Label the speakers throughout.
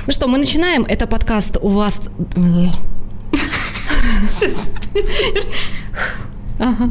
Speaker 1: Ну что, мы начинаем. Это подкаст «У вас...»
Speaker 2: Сейчас.
Speaker 1: Ага.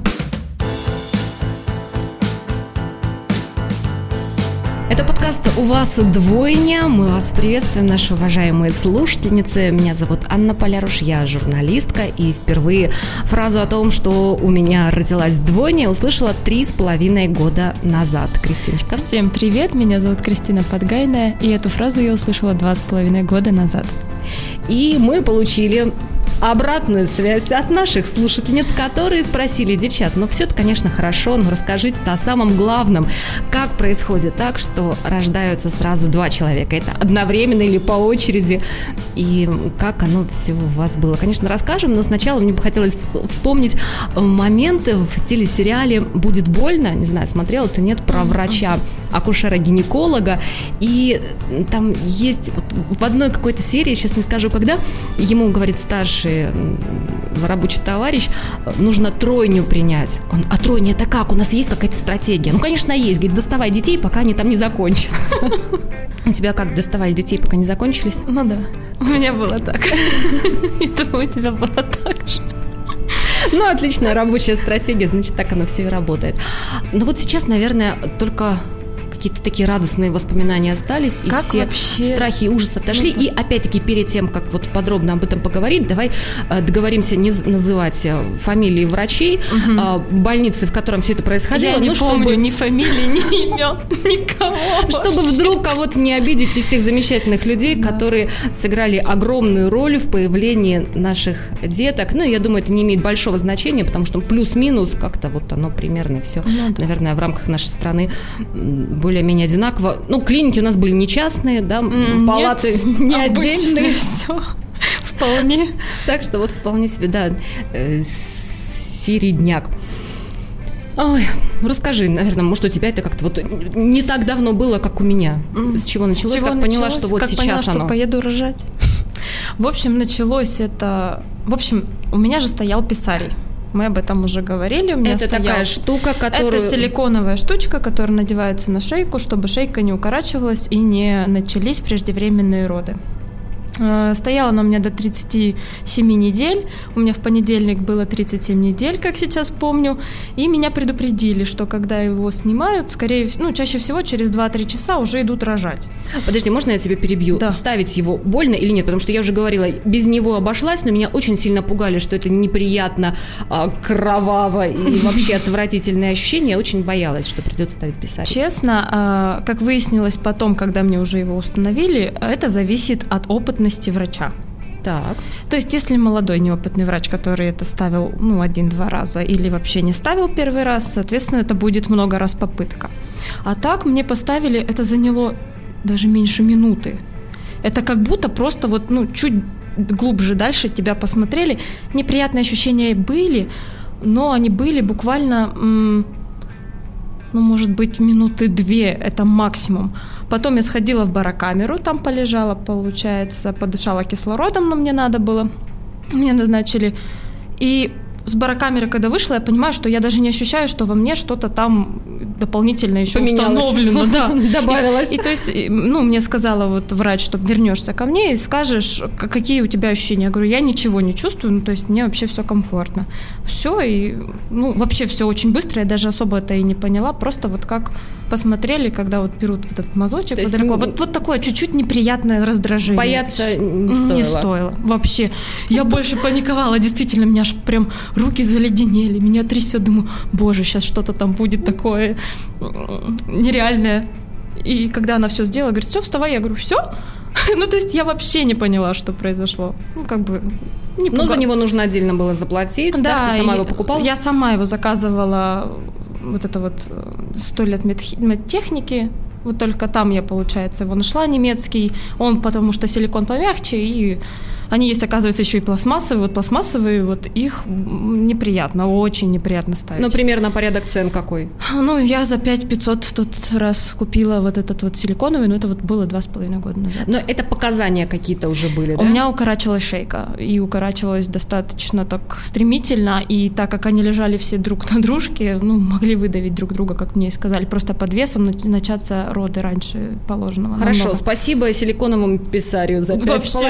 Speaker 1: Это подкаст «У вас двойня». Мы вас приветствуем, наши уважаемые слушательницы. Меня зовут Анна Поляруш, я журналистка. И впервые фразу о том, что у меня родилась двойня, услышала 3,5 года назад. Кристиночка.
Speaker 2: Всем привет, меня зовут Кристина Подгайная. И эту фразу я услышала 2,5 года назад.
Speaker 1: И мы получили обратную связь от наших слушательниц, которые спросили: девчат, ну все это, конечно, хорошо, но расскажите-то о самом главном. Как происходит так, что рождаются сразу два человека? Это одновременно или по очереди? И как оно все у вас было? Конечно, расскажем, но сначала мне бы хотелось вспомнить моменты в телесериале «Будет больно». Не знаю, смотрела ты, нет, про врача, акушера-гинеколога. И там есть вот в одной какой-то серии, сейчас не скажу когда, ему говорит старший рабочий товарищ: нужно тройню принять. Он: а тройня это как? У нас есть какая-то стратегия? Ну, конечно, есть. Говорит, доставай детей, пока они там не закончатся. У тебя как, доставали детей, пока не закончились?
Speaker 2: Ну да, у меня было так. И думаю, у тебя было так же.
Speaker 1: Ну, отличная рабочая стратегия, значит, так оно все и работает. Но вот сейчас, наверное, только какие-то такие радостные воспоминания остались, и
Speaker 2: как
Speaker 1: все
Speaker 2: вообще
Speaker 1: страхи и ужасы отошли. И опять-таки, перед тем, как вот подробно об этом поговорить, давай договоримся не называть фамилии врачей, больницы, в котором все это происходило.
Speaker 2: Я не помню ни фамилии, ни имен, никого.
Speaker 1: Чтобы вдруг кого-то не обидеть из тех замечательных людей, которые сыграли огромную роль в появлении наших деток. Ну, я думаю, это не имеет большого значения, потому что плюс-минус как-то вот оно примерно все, наверное, в рамках нашей страны более-менее одинаково. Ну, клиники у нас были не частные, да, палаты не отдельные.
Speaker 2: Все. Вполне.
Speaker 1: Так что вот вполне себе, да, середняк. Ой, расскажи, наверное, может, у тебя это как-то вот не так давно было, как у меня. С чего началось? Как поняла, что вот сейчас
Speaker 2: поняла,
Speaker 1: оно?
Speaker 2: Что поеду рожать. В общем, началось это... В общем, у меня же стоял писарий. Мы об этом уже говорили. У меня
Speaker 1: это такая штука, которую...
Speaker 2: Это силиконовая штучка, которая надевается на шейку, чтобы шейка не укорачивалась и не начались преждевременные роды. Стояла она у меня до 37 недель. У меня в понедельник было 37 недель, как сейчас помню. И меня предупредили, что когда его снимают, чаще всего через 2-3 часа уже идут рожать.
Speaker 1: Подожди, можно я тебя перебью?
Speaker 2: Да.
Speaker 1: Ставить его больно или нет? Потому что я уже говорила, без него обошлась, но меня очень сильно пугали, что это неприятно, кроваво и вообще отвратительное ощущение. Я очень боялась, что придется ставить писарий.
Speaker 2: Честно, как выяснилось потом, когда мне уже его установили, это зависит от опытности врача.
Speaker 1: Так.
Speaker 2: То есть, если молодой неопытный врач, который это ставил 1-2 раза или вообще не ставил первый раз, соответственно, это будет много раз попытка. А так мне поставили, это заняло даже меньше минуты. Это как будто просто чуть глубже дальше тебя посмотрели. Неприятные ощущения были, но они были буквально... может быть, минуты 2, это максимум. Потом я сходила в барокамеру, там полежала, получается, подышала кислородом, но мне надо было. Меня назначили. И с барокамеры, когда вышла, я понимаю, что я даже не ощущаю, что во мне что-то там дополнительно еще установлено. Да.
Speaker 1: Добавилось.
Speaker 2: И то есть, мне сказала вот врач, что вернешься ко мне и скажешь, какие у тебя ощущения. Я говорю, я ничего не чувствую, то есть мне вообще все комфортно. Все, и вообще все очень быстро, я даже особо это и не поняла, просто вот как посмотрели, когда вот берут вот этот мазочек, вот такое чуть-чуть неприятное раздражение.
Speaker 1: Бояться не стоило.
Speaker 2: Не стоило, вообще. Я больше паниковала, действительно, меня аж прям руки заледенели, меня трясет, думаю, боже, сейчас что-то там будет такое нереальное. И когда она все сделала, говорит, все, вставай, я говорю, все? То есть я вообще не поняла, что произошло.
Speaker 1: Но за него нужно отдельно было заплатить, да? Ты сама его покупала?
Speaker 2: Я сама его заказывала, вот это вот 100 лет медтехники. Вот только там я, получается, его нашла, немецкий. Он, потому что силикон помягче, и Они есть, оказывается, еще и пластмассовые. Вот пластмассовые, вот их неприятно, очень неприятно ставить.
Speaker 1: Ну, примерно порядок цен какой?
Speaker 2: Ну, я за 5500 в тот раз купила вот этот вот силиконовый, но это вот было 2,5 года назад.
Speaker 1: Но это показания какие-то уже были, да?
Speaker 2: У меня укорачивалась шейка, и укорачивалась достаточно так стремительно, и так как они лежали все друг на дружке, ну, могли выдавить друг друга, как мне и сказали, просто под весом начаться роды раньше положенного.
Speaker 1: Хорошо,
Speaker 2: намного.
Speaker 1: Спасибо силиконовому писарю за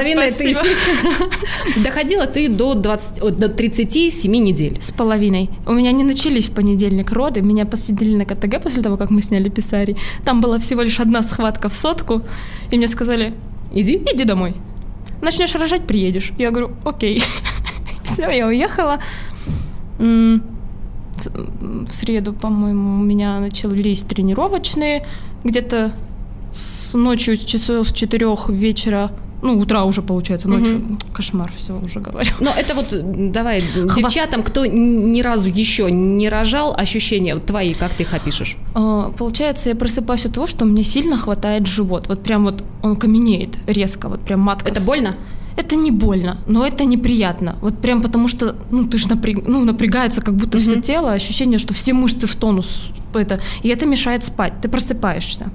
Speaker 1: 5500. Доходила ты до 37 недель.
Speaker 2: С половиной. У меня не начались в понедельник роды, меня посадили на КТГ после того, как мы сняли писарий. Там была всего лишь одна схватка в сотку, и мне сказали: иди домой. Начнешь рожать, приедешь. Я говорю: окей. Все, я уехала. В среду, по-моему, у меня начались тренировочные. Где-то ночью часов с 4 вечера, ну, утра уже, получается, ночью. Кошмар, все, уже говорю.
Speaker 1: Но это вот, давай, девчатам, кто ни разу еще не рожал, ощущения твои, как ты их опишешь?
Speaker 2: Получается, я просыпаюсь от того, что мне сильно хватает живот. Вот прям вот он каменеет резко, вот прям матка.
Speaker 1: Это больно?
Speaker 2: Это не больно, но это неприятно. Вот прям потому что, ну, ты же напрягается как будто все тело, ощущение, что все мышцы в тонус. И это мешает спать, ты просыпаешься.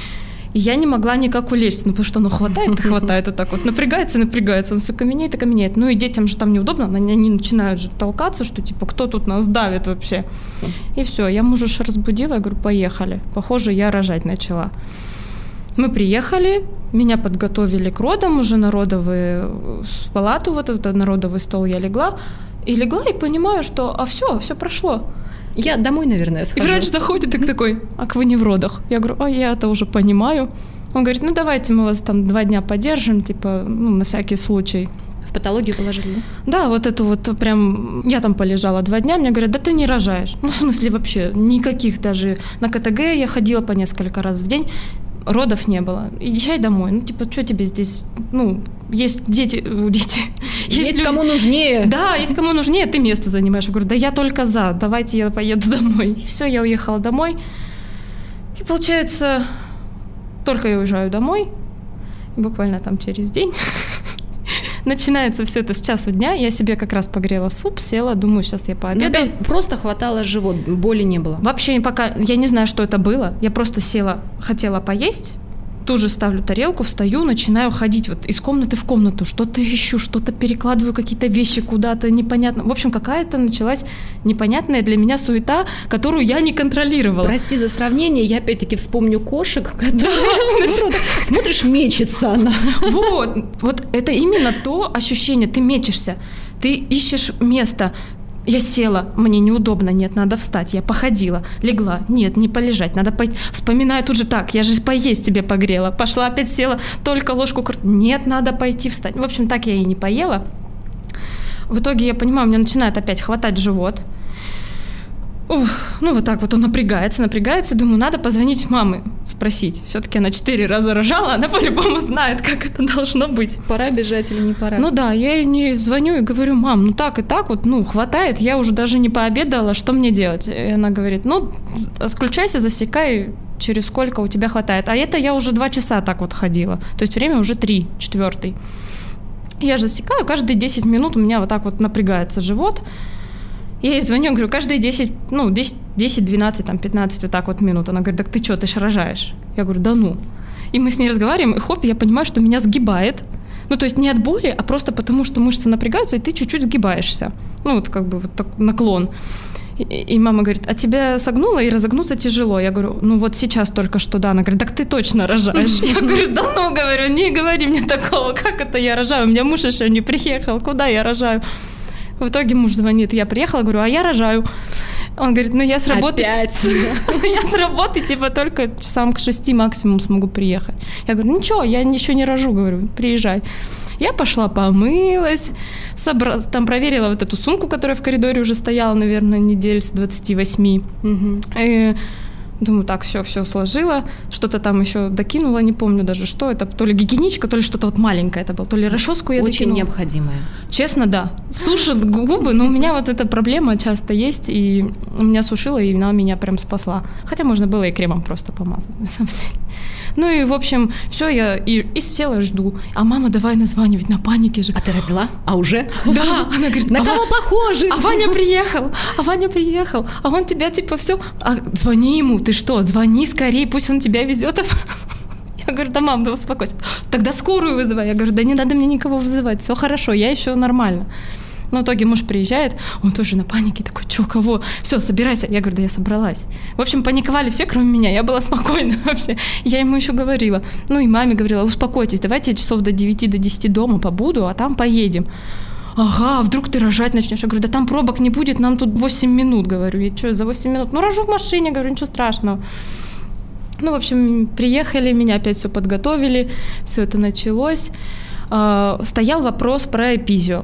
Speaker 2: И я не могла никак улечься, ну, потому что оно хватает, вот так вот. Напрягается, он все каменеет и каменеет. Ну, и детям же там неудобно, они начинают же толкаться, что типа, кто тут нас давит вообще. И все, я мужа разбудила, я говорю: поехали. Похоже, я рожать начала. Мы приехали, меня подготовили к родам, уже на родовую палату, вот этот народовый стол я легла, и понимаю, что все прошло.
Speaker 1: Я домой, наверное, схожу.
Speaker 2: И врач заходит и такой: а вы не в родах? Я говорю: я это уже понимаю. Он говорит: ну давайте мы вас там 2 дня подержим, типа, ну, на всякий случай.
Speaker 1: В патологию положили, да?
Speaker 2: Да, вот это вот прям, я там полежала 2 дня, мне говорят: да ты не рожаешь. Ну, в смысле вообще, никаких даже. На КТГ я ходила по несколько раз в день, родов не было. Езжай домой. Ну, типа, что тебе здесь, ну, есть дети.
Speaker 1: Есть люди, кому нужнее.
Speaker 2: Да, есть кому нужнее, ты место занимаешь. Я говорю: да я только за, давайте я поеду домой. И все, я уехала домой. И получается, только я уезжаю домой, буквально там через день начинается все это с часу дня. Я себе как раз погрела суп, села, думаю, сейчас я пообедаю.
Speaker 1: Но просто хватало живот, боли не было?
Speaker 2: Вообще пока, я не знаю, что это было. Я просто села, хотела поесть, тут же ставлю тарелку, встаю, начинаю ходить вот из комнаты в комнату, что-то ищу, что-то перекладываю, какие-то вещи куда-то, непонятно. В общем, какая-то началась непонятная для меня суета, которую я не контролировала.
Speaker 1: Прости за сравнение, я опять-таки вспомню кошек, которые... Смотришь, мечется она.
Speaker 2: Вот это именно то ощущение, ты мечешься, ты ищешь место. Я села, мне неудобно, нет, надо встать. Я походила, легла, нет, не полежать, надо пойти. Вспоминаю тут же: так, я же поесть себе погрела. Пошла опять села, только ложку, нет, надо пойти встать. В общем, так я и не поела. В итоге я понимаю, мне начинает опять хватать живот. Ну вот так вот он напрягается, думаю, надо позвонить маме, спросить. Все-таки она 4 раза рожала, она по-любому знает, как это должно быть.
Speaker 1: Пора бежать или не пора?
Speaker 2: Ну да, я ей звоню и говорю: мам, ну так и так вот, ну хватает, я уже даже не пообедала, что мне делать? И она говорит: ну отключайся, засекай, через сколько у тебя хватает. А это я уже 2 часа так вот ходила, то есть время уже 3, 4. Я же засекаю, каждые 10 минут у меня вот так вот напрягается живот. Я ей звоню, говорю: каждые 10, 12, там, 15 вот так вот минут. Она говорит: так ты что, ты ж рожаешь? Я говорю: да ну. И мы с ней разговариваем, и хоп, я понимаю, что меня сгибает. Ну, то есть не от боли, а просто потому, что мышцы напрягаются, и ты чуть-чуть сгибаешься. Ну, вот как бы вот так наклон. И мама говорит: а тебя согнуло и разогнуться тяжело? Я говорю: ну вот сейчас только что, да. Она говорит: так ты точно рожаешь. Я говорю: да ну, говорю, не говори мне такого, как это я рожаю? У меня муж еще не приехал, куда я рожаю? В итоге муж звонит, я приехала, говорю: а я рожаю. Он говорит: ну я с работы...
Speaker 1: Опять?
Speaker 2: Я с работы типа только часам к 6 максимум смогу приехать. Я говорю: ничего, я еще не рожу, говорю, приезжай. Я пошла помылась, там проверила вот эту сумку, которая в коридоре уже стояла, наверное, недель с 28. И думаю, так, все сложила, что-то там еще докинула, не помню даже, что это, то ли гигиеничка, то ли что-то вот маленькое это было, то ли расческу я
Speaker 1: очень
Speaker 2: докинула.
Speaker 1: Очень необходимое.
Speaker 2: Честно, да. Сушат губы, но у меня вот эта проблема часто есть, и у меня сушила, и она меня прям спасла. Хотя можно было и кремом просто помазать, на самом деле. Ну и, в общем, все, я и села, жду. А мама давай названивать, на панике же.
Speaker 1: А ты родила? А уже?
Speaker 2: Да, она говорит,
Speaker 1: на кого похожи?
Speaker 2: А Ваня приехал, а он тебя типа все, звони ему, ты что, звони скорее, пусть он тебя везет. Я говорю, да, мам, да успокойся. Тогда скорую вызывай. Я говорю, да не надо мне никого вызывать, все хорошо, я еще нормально. Но в итоге муж приезжает, он тоже на панике, такой, что, кого? Все, собирайся. Я говорю, да я собралась. В общем, паниковали все, кроме меня, я была спокойна вообще. Я ему еще говорила, ну и маме говорила, успокойтесь, давайте я часов до 9, до 10 дома побуду, а там поедем. Ага, вдруг ты рожать начнешь? Я говорю, да там пробок не будет, нам тут 8 минут, говорю. Я что, за 8 минут? Ну, рожу в машине, говорю, ничего страшного. Ну, в общем, приехали, меня опять все подготовили, все это началось. Стоял вопрос про эпизио.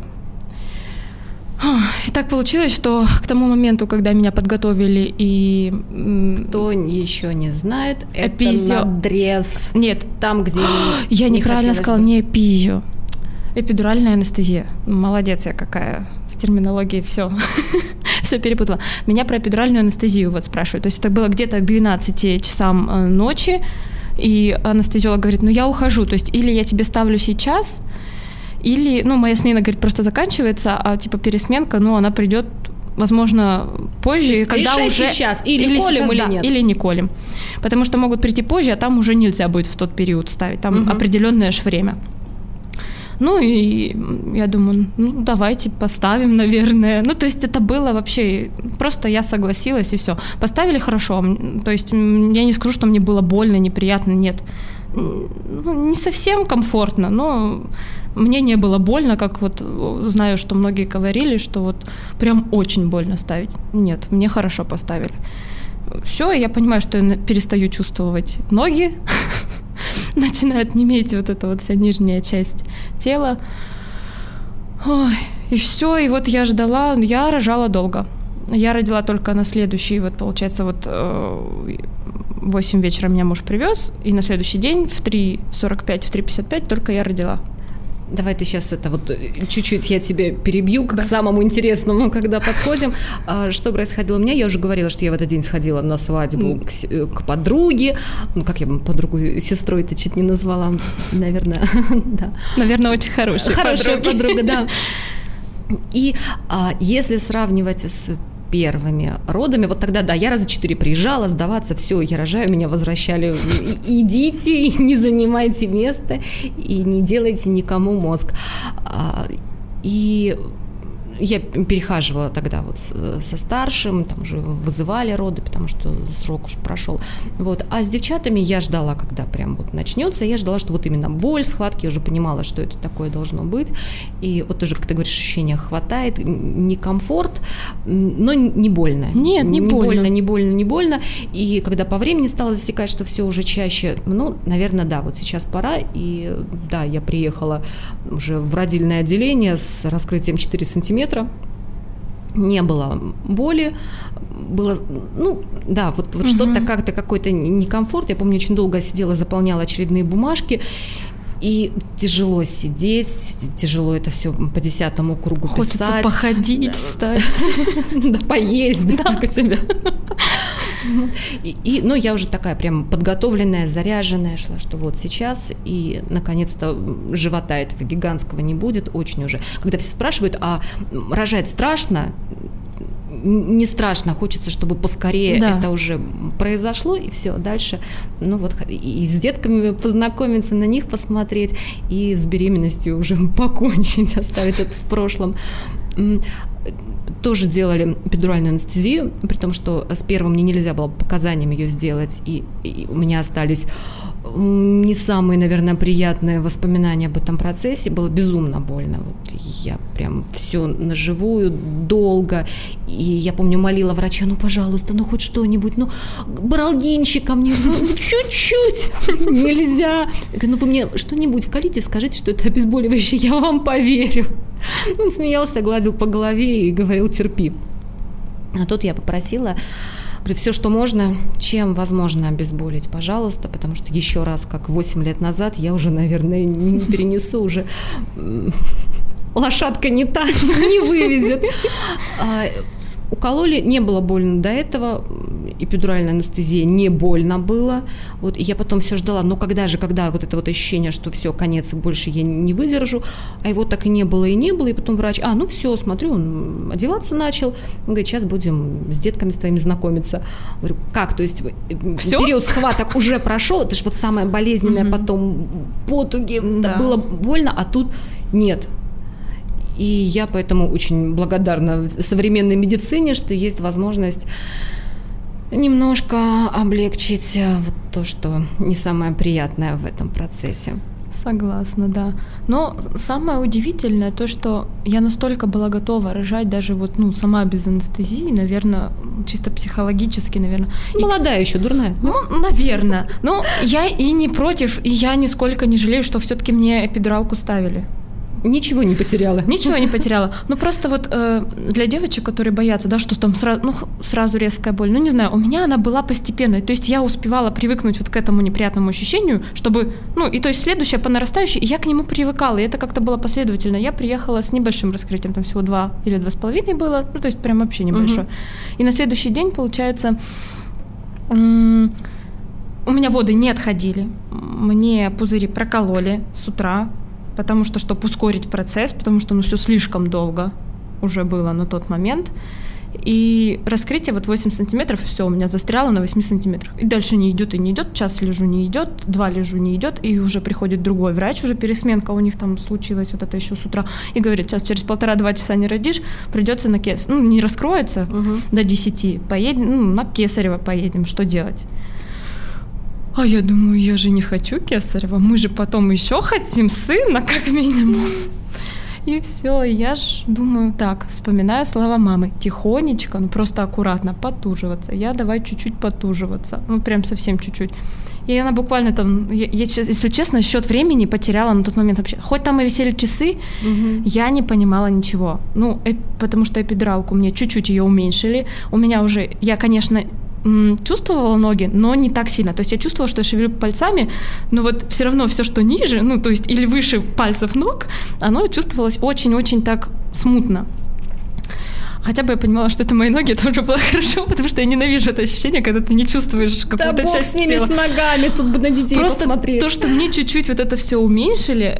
Speaker 2: И так получилось, что к тому моменту, когда меня подготовили и...
Speaker 1: Кто еще не знает,
Speaker 2: эпизио...
Speaker 1: это надрез.
Speaker 2: Нет.
Speaker 1: Там, где...
Speaker 2: Я неправильно сказала, не эпизио. Эпидуральная анестезия. Молодец я какая. С терминологией все перепутала. Меня про эпидуральную анестезию вот спрашивают. То есть это было где-то к 12 часам ночи, и анестезиолог говорит, ну я ухожу, то есть или я тебе ставлю сейчас, или, ну, моя смена, говорит, просто заканчивается, а типа пересменка, ну, она придет, возможно, позже, когда уже...
Speaker 1: сейчас, или колем,
Speaker 2: сейчас,
Speaker 1: или
Speaker 2: да,
Speaker 1: нет.
Speaker 2: или не колем. Потому что могут прийти позже, а там уже нельзя будет в тот период ставить, там определенное же время. Ну, и я думаю, ну, давайте поставим, наверное. Ну, то есть это было вообще... Просто я согласилась, и все. Поставили хорошо. То есть я не скажу, что мне было больно, неприятно, нет. Ну, не совсем комфортно, но мне не было больно, как вот знаю, что многие говорили, что вот прям очень больно ставить. Нет, мне хорошо поставили. Все, я понимаю, что я перестаю чувствовать ноги. Начинает неметь вот эта вот вся нижняя часть тела. Ой, и все, и вот я ждала, я рожала долго. Я родила только на следующий, вот получается, вот 8 вечера меня муж привез, и на следующий день в 3:45, в 3:55 только я родила.
Speaker 1: Давай ты сейчас это вот чуть-чуть я тебя перебью к самому интересному, когда подходим. Что происходило у меня? Я уже говорила, что я в этот день сходила на свадьбу к подруге. Ну, как я подругу сестрой-то чуть не назвала, наверное. Да.
Speaker 2: Наверное, очень хорошая
Speaker 1: подруга, да. И если сравнивать с первыми родами, вот тогда, да, я раза 4 приезжала сдаваться, все, я рожаю, меня возвращали, идите, не занимайте место и не делайте никому мозг. И я перехаживала тогда вот со старшим, там уже вызывали роды, потому что срок уже прошел. Вот. А с девчатами я ждала, когда прям вот начнется, я ждала, что вот именно боль, схватки, я уже понимала, что это такое должно быть. И вот тоже, как ты говоришь, ощущения хватает, некомфорт, но не больно.
Speaker 2: Нет, не больно.
Speaker 1: Не больно. И когда по времени стало засекать, что все уже чаще, ну, наверное, да, вот сейчас пора. И да, я приехала уже в родильное отделение с раскрытием 4 сантиметра. Не было боли, было, ну, да, вот что-то как-то, какой-то некомфорт. Я помню, очень долго сидела, заполняла очередные бумажки, и тяжело сидеть, тяжело это все по 10-му кругу писать.
Speaker 2: Хочется походить, встать.
Speaker 1: Да, поесть, да, у тебя. Но я уже такая прям подготовленная, заряженная шла, что вот сейчас, и наконец-то живота этого гигантского не будет, очень уже. Когда все спрашивают, а рожать страшно? Не страшно, хочется, чтобы поскорее это уже произошло, и все, дальше, ну вот, и с детками познакомиться, на них посмотреть, и с беременностью уже покончить, оставить это в прошлом. Тоже делали эпидуральную анестезию, при том, что с первым мне нельзя было по показаниям ее сделать, и у меня остались не самые, наверное, приятные воспоминания об этом процессе. Было безумно больно. Вот я прям все наживую, долго. И я помню, молила врача, ну, пожалуйста, ну, хоть что-нибудь, ну, баралгинчик ко мне, ну, чуть-чуть, нельзя. Я говорю, ну, вы мне что-нибудь вколите, скажите, что это обезболивающее, я вам поверю. Он смеялся, гладил по голове и говорил, терпи. А тут я попросила, говорю, все, что можно, чем возможно обезболить, пожалуйста, потому что еще раз, как 8 лет назад, я уже, наверное, не перенесу, уже лошадка не та, не вывезет. Укололи, не было больно до этого, эпидуральная анестезия, не больно было. Вот, и я потом все ждала, но когда вот это вот ощущение, что все, конец, больше я не выдержу, а его так и не было, и потом врач, все, смотрю, он одеваться начал, он говорит, сейчас будем с детками с твоими знакомиться. Говорю, как, то есть всё? Период схваток уже прошел, это же вот самое болезненное, потом потуги, было больно, а тут нет. И я поэтому очень благодарна современной медицине, что есть возможность немножко облегчить вот то, что не самое приятное в этом процессе.
Speaker 2: Согласна, да. Но самое удивительное то, что я настолько была готова рожать даже сама без анестезии, наверное, чисто психологически, наверное.
Speaker 1: Молодая еще, дурная.
Speaker 2: Наверное. Но я и не против, и я нисколько не жалею, что все-таки мне эпидуралку ставили.
Speaker 1: Ничего не потеряла.
Speaker 2: Ничего не потеряла. Ну, просто для девочек, которые боятся, да, что там сразу резкая боль, не знаю, у меня она была постепенной. То есть я успевала привыкнуть к этому неприятному ощущению, чтобы, и то есть следующее по нарастающей, и я к нему привыкала, и это как-то было последовательно. Я приехала с небольшим раскрытием, там всего 2 или 2,5 было, то есть прям вообще небольшое. И на следующий день, получается, у меня воды не отходили, мне пузыри прокололи с утра, потому что, чтобы ускорить процесс, потому что все слишком долго уже было на тот момент. И раскрытие 8 сантиметров, все, у меня застряло на 8 сантиметрах. И дальше не идет и не идет, час лежу, не идет, 2 лежу, не идет, и уже приходит другой врач, уже пересменка у них там случилась, это еще с утра, и говорит, сейчас через 1,5-2 часа не родишь, придется на кесарево, не раскроется до 10, поедем, на кесарево поедем, что делать? А я думаю, я же не хочу кесарево, мы же потом еще хотим сына, как минимум. И все, я ж думаю, так, вспоминаю слова мамы, тихонечко, просто аккуратно потуживаться. Я давай чуть-чуть потуживаться, прям совсем чуть-чуть. И она буквально там, я, если честно, счет времени потеряла на тот момент вообще. Хоть там и висели часы, я не понимала ничего. Потому что эпидуралку мне чуть-чуть ее уменьшили. У меня уже, я, конечно, чувствовала ноги, но не так сильно. То есть я чувствовала, что я шевелю пальцами, но все равно все, что ниже, то есть или выше пальцев ног, оно чувствовалось очень-очень так смутно. Хотя бы я понимала, что это мои ноги, это уже было хорошо, потому что я ненавижу это ощущение, когда ты не чувствуешь какую-то часть тела. Да бог с ними,
Speaker 1: с ногами, тут бы на детей
Speaker 2: просто
Speaker 1: посмотреть.
Speaker 2: То, что мне чуть-чуть это все уменьшили,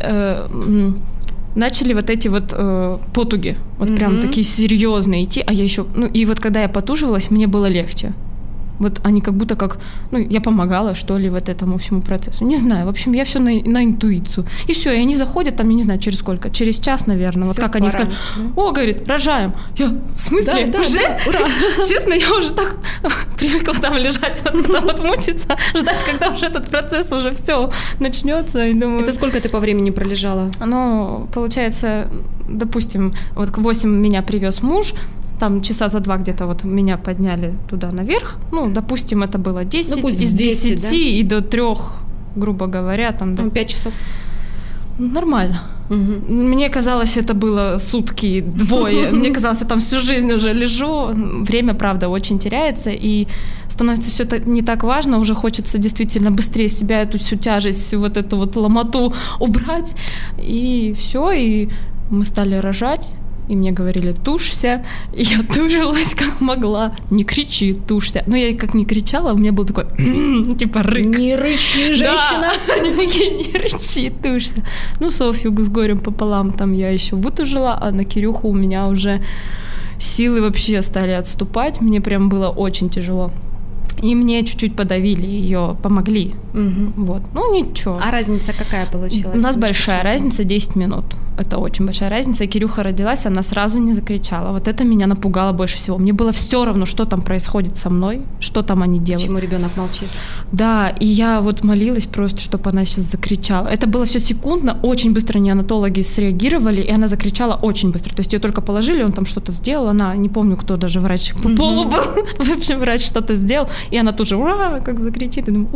Speaker 2: начали эти потуги, прям такие серьезные идти, а я еще, и когда я потуживалась, мне было легче. Они как будто я помогала, что ли, этому всему процессу. Не знаю, в общем, я все на интуицию. И все, и они заходят, там, я не знаю, через сколько, через час, наверное,
Speaker 1: всё,
Speaker 2: как они сказали, говорит, рожаем. Я, в смысле,
Speaker 1: да,
Speaker 2: уже?
Speaker 1: Да, ура.
Speaker 2: Честно, я уже так привыкла там лежать, мучиться, ждать, когда уже этот процесс уже все начнется. И думаю...
Speaker 1: Это сколько ты по времени пролежала?
Speaker 2: Получается, допустим, к 8 меня привез муж, там часа за 2 где-то меня подняли туда наверх. Допустим, это было 10, из 10 да? И до 3, грубо говоря. Там
Speaker 1: 5 часов.
Speaker 2: Нормально. Мне казалось, это было сутки, 2. Мне казалось, я там всю жизнь уже лежу. Время, правда, очень теряется, и становится все не так важно. Уже хочется действительно быстрее себя, эту всю тяжесть, всю эту ломоту убрать. И все, и мы стали рожать. И мне говорили, тушься, и я тужилась как могла. Не кричи, тушься. Но я как не кричала, у меня был такой, типа рык.
Speaker 1: Не рычи, женщина.
Speaker 2: Да, они такие, не рычи, тушься. Софью с горем пополам там я еще вытужила, а на Кирюху у меня уже силы вообще стали отступать. Мне прям было очень тяжело. И мне чуть-чуть подавили ее, помогли. Ничего.
Speaker 1: А разница какая получилась?
Speaker 2: У нас большая разница, 10 минут. Это очень большая разница. Кирюха родилась, она сразу не закричала. Это меня напугало больше всего. Мне было все равно, что там происходит со мной, что там они делают.
Speaker 1: Почему ребенок молчит?
Speaker 2: Да, и я молилась просто, чтобы она сейчас закричала. Это было все секундно, очень быстро неонатологи среагировали, и она закричала очень быстро. То есть ее только положили, он там что-то сделал, она, не помню, кто даже врач по полу был. В общем, врач что-то сделал, и она тут же ура, как закричит, и думаю,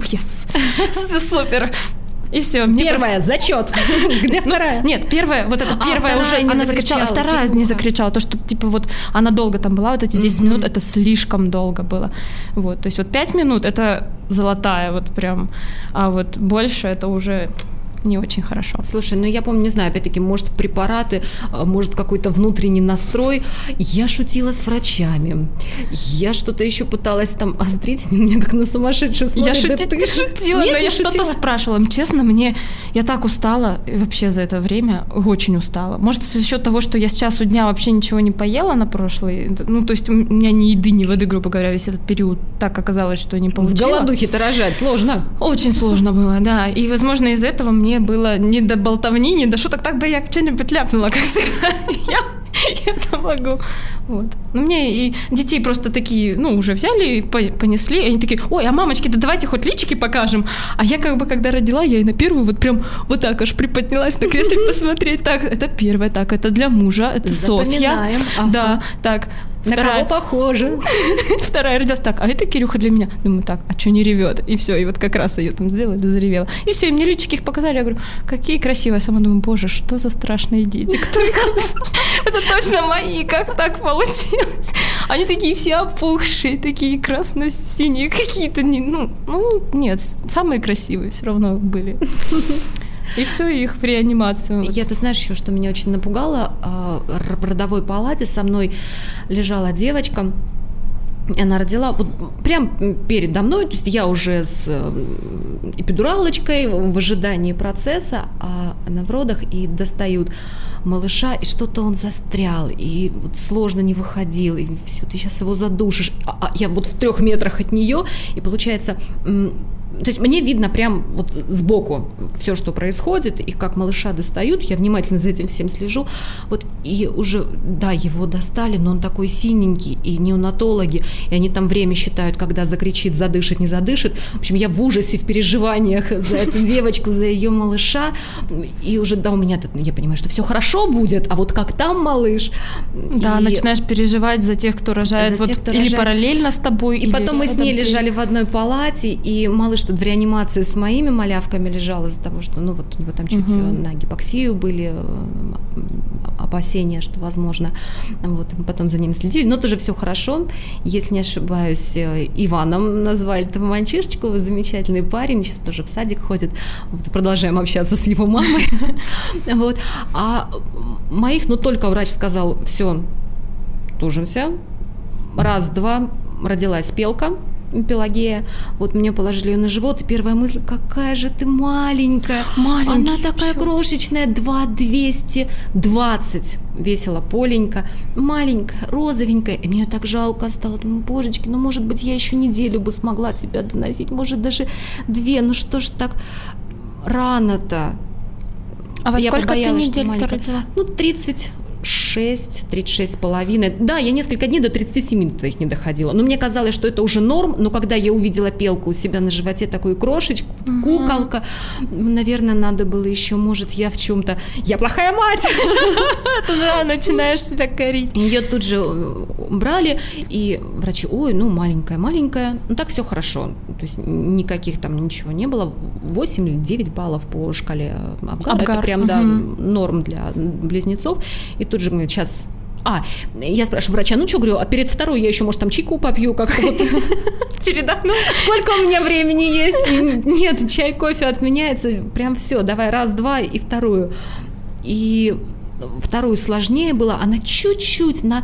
Speaker 2: супер. И все.
Speaker 1: Первая, зачет. Где вторая?
Speaker 2: Нет, первая, первая уже она закричала, вторая не закричала. То, что она долго там была, эти 10 минут, это слишком долго было. То есть 5 минут это золотая, прям. А больше это уже не очень хорошо.
Speaker 1: Слушай, ну я помню, не знаю, опять-таки, может, препараты, может, какой-то внутренний настрой. Я шутила с врачами. Я что-то еще пыталась там острить, они меня как на сумасшедшую смотрят.
Speaker 2: Я шутила,
Speaker 1: Нет,
Speaker 2: но я
Speaker 1: шутила.
Speaker 2: что-то спрашивала. Честно, я так устала вообще за это время, очень устала. Может, за счет того, что я с часу дня вообще ничего не поела на прошлый, ну, то есть у меня ни еды, ни воды, грубо говоря, весь этот период так оказалось, что не получила.
Speaker 1: С голодухи-то рожать сложно.
Speaker 2: Очень сложно было, да. И, возможно, из-за этого мне было не до болтовни, не до шуток, так бы я что-нибудь ляпнула, как всегда. Я это могу. Вот. Ну, мне и детей просто такие, ну, уже взяли и понесли, и они такие: ой, а мамочки, да давайте хоть личики покажем. А я как бы, когда родила, я и на первую вот прям вот так аж приподнялась на кресле посмотреть. Так, это первая, так, это для мужа, это Софья.
Speaker 1: Ага.
Speaker 2: Да, так.
Speaker 1: На кого похоже?
Speaker 2: Вторая родилась так, а это Кирюха для меня. Думаю, так, а что не ревет? И все, и вот как раз ее там сделали, заревела. И все, и мне личики их показали, я говорю, какие красивые. Я сама думаю, боже, что за страшные дети, кто их... Это точно мои, как так получилось? Они такие все опухшие, такие красно-синие, какие-то, нет, самые красивые все равно были. И все, их в реанимацию.
Speaker 1: Ты знаешь, еще, что меня очень напугало, в родовой палате со мной лежала девочка, и она родила вот прям передо мной, то есть я уже с эпидуралочкой в ожидании процесса, а она в родах, и достают малыша, и что-то он застрял, и вот сложно не выходил, и все, ты сейчас его задушишь, а я вот в 3 метрах от нее, и получается... То есть мне видно прям вот сбоку все, что происходит, и как малыша достают, я внимательно за этим всем слежу, вот, и уже, да, его достали, но он такой синенький, и неонатологи, и они там время считают, когда закричит, задышит, не задышит. В общем, я в ужасе, в переживаниях за эту девочку, за ее малыша, и уже, да, у меня, я понимаю, что все хорошо будет, а вот как там малыш?
Speaker 2: Да, начинаешь переживать за тех, кто рожает, вот, кто или рожает параллельно с тобой,
Speaker 1: и потом мы с ней лежали в одной палате, и малыш в реанимации с моими малявками лежал из-за того, что, ну, вот у него там чуть на гипоксию были опасения, что возможно. Вот, мы потом за ним следили, но тоже все хорошо. Если не ошибаюсь, Иваном назвали этого мальчишечку, замечательный парень, сейчас тоже в садик ходит. Вот, продолжаем общаться с его мамой. Вот. А моих, только врач сказал, все, тужимся. Раз-два, родилась Пелагея, вот мне положили ее на живот, и первая мысль, какая же ты маленькая, она такая крошечная, 220 весила Поленька, маленькая, розовенькая, и мне так жалко стало, думаю, божечки, может быть, я еще неделю бы смогла тебя доносить, может, даже 2, что ж так рано-то.
Speaker 2: А во сколько ты недель родила?
Speaker 1: 36,5. Да, я несколько дней до 37 твоих не доходила. Но мне казалось, что это уже норм, но когда я увидела Пелку у себя на животе, такую крошечку, куколка, наверное, надо было еще, может, я в чем-то... Я плохая мать!
Speaker 2: Да, начинаешь себя корить.
Speaker 1: Ее тут же брали, и врачи, маленькая. Так все хорошо. То есть никаких там ничего не было. 8 или 9 баллов по шкале Апгара. Это прям, да, норм для близнецов. И тут же говорит, сейчас... я спрашиваю врача, говорю, а перед второй я еще, может, там чайку попью, как-то вот передохну. Сколько у меня времени есть? Нет, чай, кофе отменяется, прям все, давай раз-два и вторую. И вторую сложнее было, она чуть-чуть на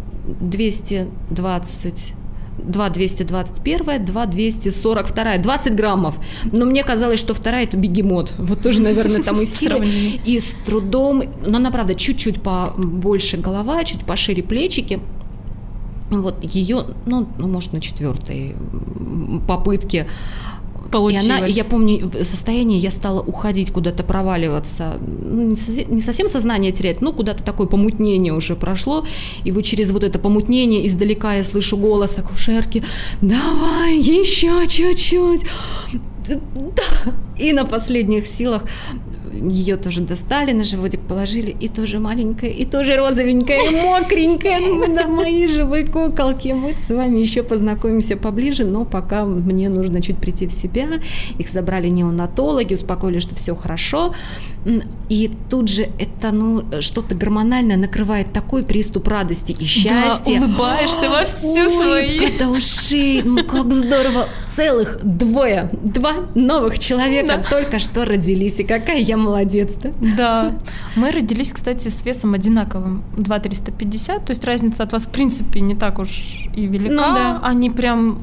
Speaker 1: 220... 2,221, 2,242, 20 граммов. Но мне казалось, что вторая – это бегемот. Вот тоже, наверное, там и силы. И с трудом, но она, правда, чуть-чуть побольше голова, чуть пошире плечики. Вот ее, может, на 4-й попытке получилось. И я помню, в состоянии я стала уходить, куда-то проваливаться, не совсем сознание терять, но куда-то такое помутнение уже прошло, и вот через вот это помутнение издалека я слышу голос акушерки: давай, еще чуть-чуть. Да. И на последних силах ее тоже достали, на животик положили, и тоже маленькая, и тоже розовенькая, и мокренькая, да, мои живые куколки. Мы с вами еще познакомимся поближе, но пока мне нужно чуть прийти в себя. Их забрали неонатологи, успокоили, что все хорошо. И тут же это, что-то гормональное накрывает такой приступ радости и счастья.
Speaker 2: Да, улыбаешься во всю свою.
Speaker 1: До ушей, как здорово. Целых два новых человека только что родились. И какая я молодец-то.
Speaker 2: Да. Мы родились, кстати, с весом одинаковым. 2,350. То есть разница от вас, в принципе, не так уж и велика.
Speaker 1: Да.
Speaker 2: Они прям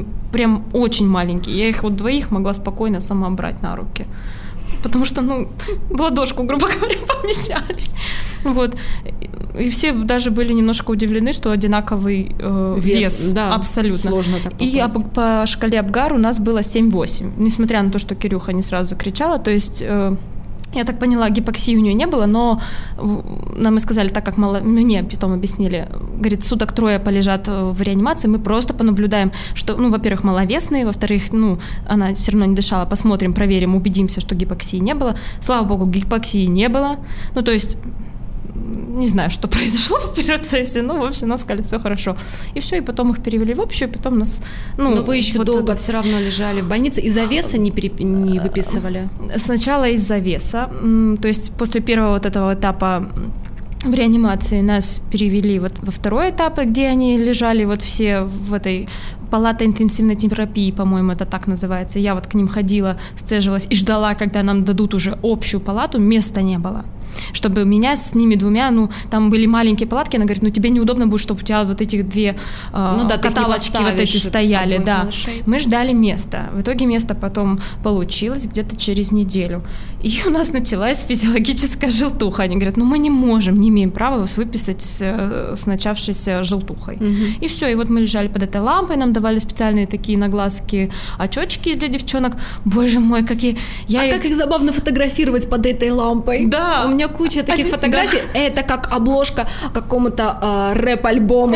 Speaker 2: очень маленькие. Я их вот двоих могла спокойно сама брать на руки. Потому что, в ладошку, грубо говоря, помещались. Вот. И все даже были немножко удивлены, что одинаковый вес.
Speaker 1: Да,
Speaker 2: абсолютно.
Speaker 1: Сложно так попасть.
Speaker 2: И по шкале Апгар у нас было 7-8. Несмотря на то, что Кирюха не сразу закричала. То есть... Я так поняла, гипоксии у нее не было, но нам и сказали, так как мне потом объяснили, говорит, суток трое полежат в реанимации, мы просто понаблюдаем, что, во-первых, маловесные, во-вторых, она все равно не дышала, посмотрим, проверим, убедимся, что гипоксии не было. Слава богу, гипоксии не было. То есть... Не знаю, что произошло в процессе, в общем, нам сказали, все хорошо. И все, и потом их перевели в общую, и потом нас...
Speaker 1: Но вы еще долго все равно лежали в больнице, из-за веса не выписывали?
Speaker 2: Сначала из-за веса, то есть после первого вот этого этапа в реанимации нас перевели вот во второй этап, где они лежали вот все в этой палате интенсивной терапии, по-моему, это так называется. Я вот к ним ходила, сцеживалась и ждала, когда нам дадут уже общую палату, места не было. Чтобы меня с ними двумя, там были маленькие палатки, она говорит, тебе неудобно будет, чтобы у тебя вот этих две каталочки вот эти стояли. Да.
Speaker 1: Малышей.
Speaker 2: Мы ждали места. В итоге место потом получилось где-то через неделю. И у нас началась физиологическая желтуха. Они говорят, мы не имеем права вас выписать с начавшейся желтухой.
Speaker 1: Угу.
Speaker 2: И все, и вот мы лежали под этой лампой, нам давали специальные такие на глазки очечки для девчонок. Боже мой, какие...
Speaker 1: как их забавно фотографировать под этой лампой.
Speaker 2: Да.
Speaker 1: У меня куча таких фотографий. Да. Это как обложка какому-то рэп-альбому.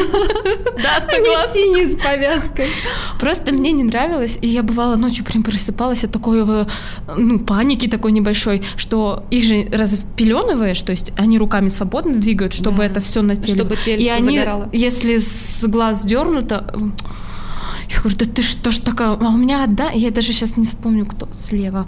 Speaker 2: Да,
Speaker 1: они синие с повязкой.
Speaker 2: Просто мне не нравилось, и я бывала ночью прям просыпалась от такой, паники такой небольшой, что их же распеленываешь, то есть они руками свободно двигают, чтобы это все на теле.
Speaker 1: Чтобы тельце загорало.
Speaker 2: Если с глаз дернуто... Я говорю, да ты что ж такая? А у меня я даже сейчас не вспомню, кто слева.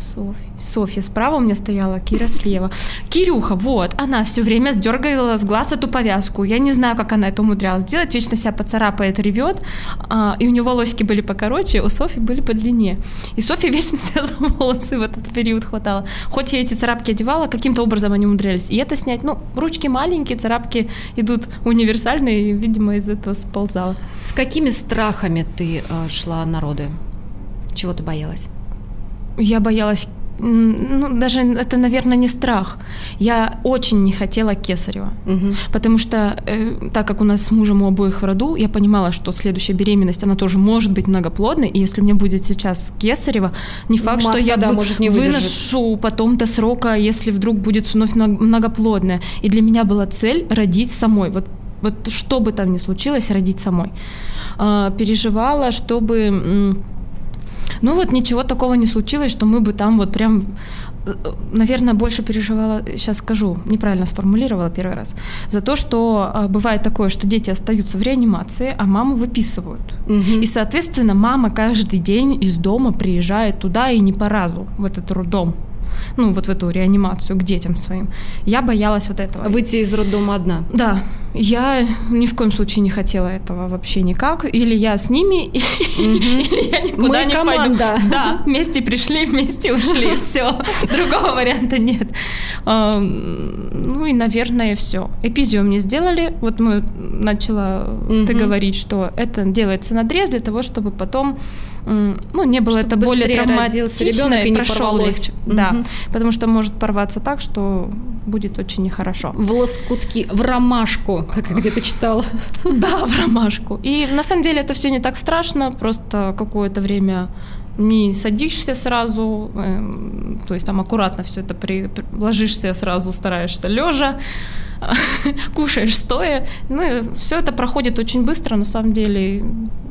Speaker 2: Софья справа у меня стояла, Кира слева. Кирюха, она все время сдергивала с глаз эту повязку. Я не знаю, как она это умудрялась делать. Вечно себя поцарапает, ревет. И у нее волосики были покороче, у Софьи были подлиннее. И Софья вечно себя за волосы в этот период хватала. Хоть я эти царапки одевала, каким-то образом они умудрялись. И это снять, ручки маленькие, царапки идут универсальные, и, видимо, из этого сползала.
Speaker 1: С какими страхами ты шла на роды? Чего ты боялась?
Speaker 2: Я боялась, даже это, наверное, не страх. Я очень не хотела кесарева, потому что, так как у нас с мужем у обоих в роду, я понимала, что следующая беременность, она тоже может быть многоплодной, и если у меня будет сейчас кесарево, не факт, что я выношу потом до срока, если вдруг будет вновь многоплодная. И для меня была цель родить самой. Вот что бы там ни случилось, родить самой. Переживала, чтобы... ничего такого не случилось, что мы бы там прям, наверное, больше переживала, сейчас скажу, неправильно сформулировала первый раз, за то, что бывает такое, что дети остаются в реанимации, а маму выписывают. И, соответственно, мама каждый день из дома приезжает туда и не по разу в этот роддом. В эту реанимацию к детям своим. Я боялась этого.
Speaker 1: Выйти из роддома одна?
Speaker 2: Да. Я ни в коем случае не хотела этого вообще никак. Или я с ними, или я никуда не пойду. Да, вместе пришли, вместе ушли. Все. Другого варианта нет. И, наверное, все. Эпизио мне сделали. Мы начала ты говорить, что это делается надрез для того, чтобы потом не было это более травматично и прошел легче. Да, потому что может порваться так, что будет очень нехорошо.
Speaker 1: В лоскутки, в ромашку, как я где-то читала.
Speaker 2: Да, в ромашку. И на самом деле это все не так страшно, просто какое-то время не садишься сразу, то есть там аккуратно все это ложишься сразу, стараешься лежа, кушаешь стоя. Все это проходит очень быстро, на самом деле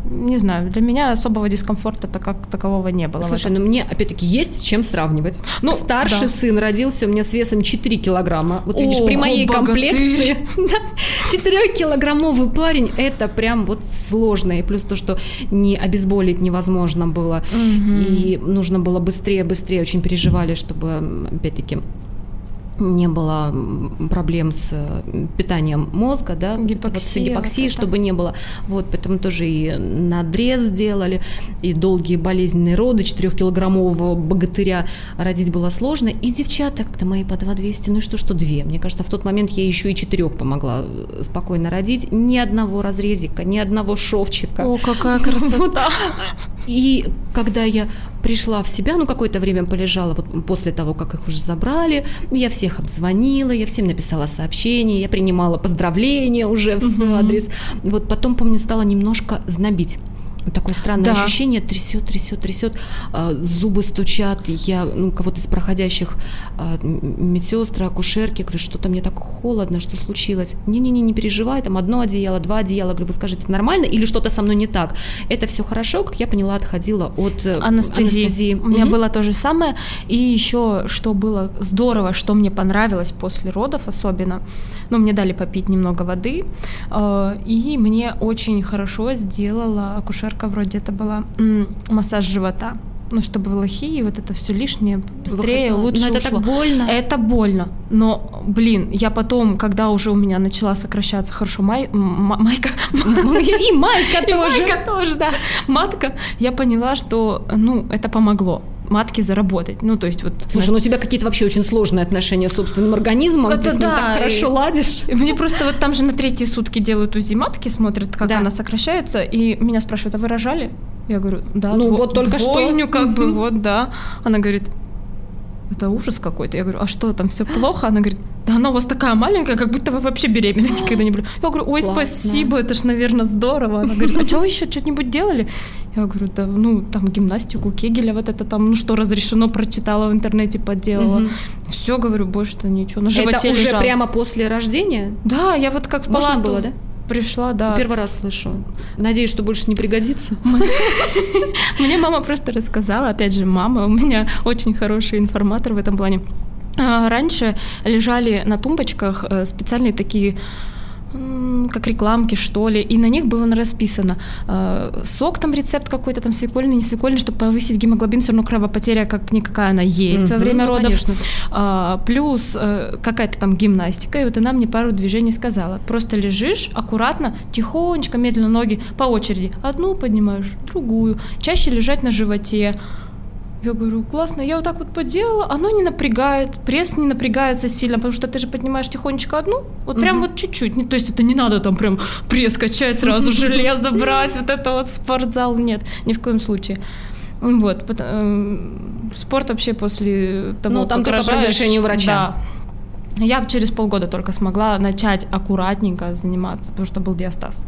Speaker 2: не знаю, для меня особого дискомфорта как такового не было.
Speaker 1: Слушай, ну мне, опять-таки, есть с чем сравнивать. Ну, старший сын родился у меня с весом 4 килограмма. Вот видишь, при моей комплекции 4-килограммовый парень, это прям вот сложно. И плюс то, что не обезболить невозможно было. И нужно было быстрее, очень переживали, чтобы, опять-таки, не было проблем с питанием мозга, да, гипоксией, чтобы не было. Вот, поэтому тоже и надрез сделали, и долгие болезненные роды. 4-килограммового богатыря родить было сложно. И девчата, когда мои по 2,200, ну и что 2. Мне кажется, в тот момент я еще и 4 помогла спокойно родить. Ни одного разрезика, ни одного шовчика.
Speaker 2: О, какая красота!
Speaker 1: И когда я пришла в себя, какое-то время полежала, вот после того, как их уже забрали, я всех обзвонила, я всем написала сообщения, я принимала поздравления уже в свой адрес. Вот потом, помню, стало немножко знобить. Вот такое странное ощущение, трясет, зубы стучат. Я кого-то из проходящих медсестры, акушерки, говорю, что-то мне так холодно, что случилось? Не переживай, там 1 одеяло, 2 одеяла. Говорю, вы скажите, нормально или что-то со мной не так? Это все хорошо, как я поняла, отходила от анестезии.
Speaker 2: У меня было то же самое. И еще, что было здорово, что мне понравилось после родов особенно, мне дали попить немного воды, и мне очень хорошо сделала акушерка, вроде это была массаж живота. Чтобы в лохи, вот это все лишнее быстрее, лучше ушло.
Speaker 1: Но это так больно.
Speaker 2: Это больно. Но, я потом, когда уже у меня начала сокращаться хорошо майка.
Speaker 1: И майка тоже.
Speaker 2: И майка тоже, да. Матка, я поняла, что, это помогло матке заработать. То есть вот...
Speaker 1: Слушай, у тебя какие-то вообще очень сложные отношения с собственным организмом, ты с ним так хорошо ладишь.
Speaker 2: Мне просто вот там же на 3-й сутки делают УЗИ матки, смотрят, как она сокращается, и меня спрашивают, а вы рожали? Я говорю, да,
Speaker 1: вот только
Speaker 2: двойню, что. Вот, да. Она говорит, это ужас какой-то. Я говорю, а что, там все плохо? Она говорит, да она у вас такая маленькая, как будто вы вообще беременна никогда не были. Я говорю, ой, классно. Спасибо, это ж, наверное, здорово. Она говорит, а что вы еще что-нибудь делали? Я говорю, да, там гимнастику, Кегеля, вот это там, что разрешено, прочитала в интернете, подделала. Все, говорю, больше-то ничего. На животе
Speaker 1: это
Speaker 2: лежал.
Speaker 1: Уже прямо после рождения?
Speaker 2: Да, я вот как в палату
Speaker 1: было, да?
Speaker 2: Пришла, да.
Speaker 1: Первый раз слышу. Надеюсь, что больше не пригодится.
Speaker 2: Мне мама просто рассказала, опять же, мама у меня очень хороший информатор в этом плане. Раньше лежали на тумбочках специальные такие, как рекламки, что ли, и на них было расписано сок, там рецепт какой-то, там свекольный, не свекольный, чтобы повысить гемоглобин, все равно кровопотеря как-никакая она есть во время родов. Плюс какая-то там гимнастика, и вот она мне пару движений сказала. Просто лежишь аккуратно, тихонечко, медленно ноги по очереди. Одну поднимаешь, другую. Чаще лежать на животе. Я говорю, классно, я вот так вот поделала, оно не напрягает, пресс не напрягается сильно, потому что ты же поднимаешь тихонечко одну, вот прям вот чуть-чуть, то есть это не надо там прям пресс качать, сразу железо брать, вот это вот спортзал, нет, ни в коем случае. Вот, спорт вообще после того,
Speaker 1: там
Speaker 2: как
Speaker 1: только по разрешению врача.
Speaker 2: Да. Я через полгода только смогла начать аккуратненько заниматься, потому что был диастаз.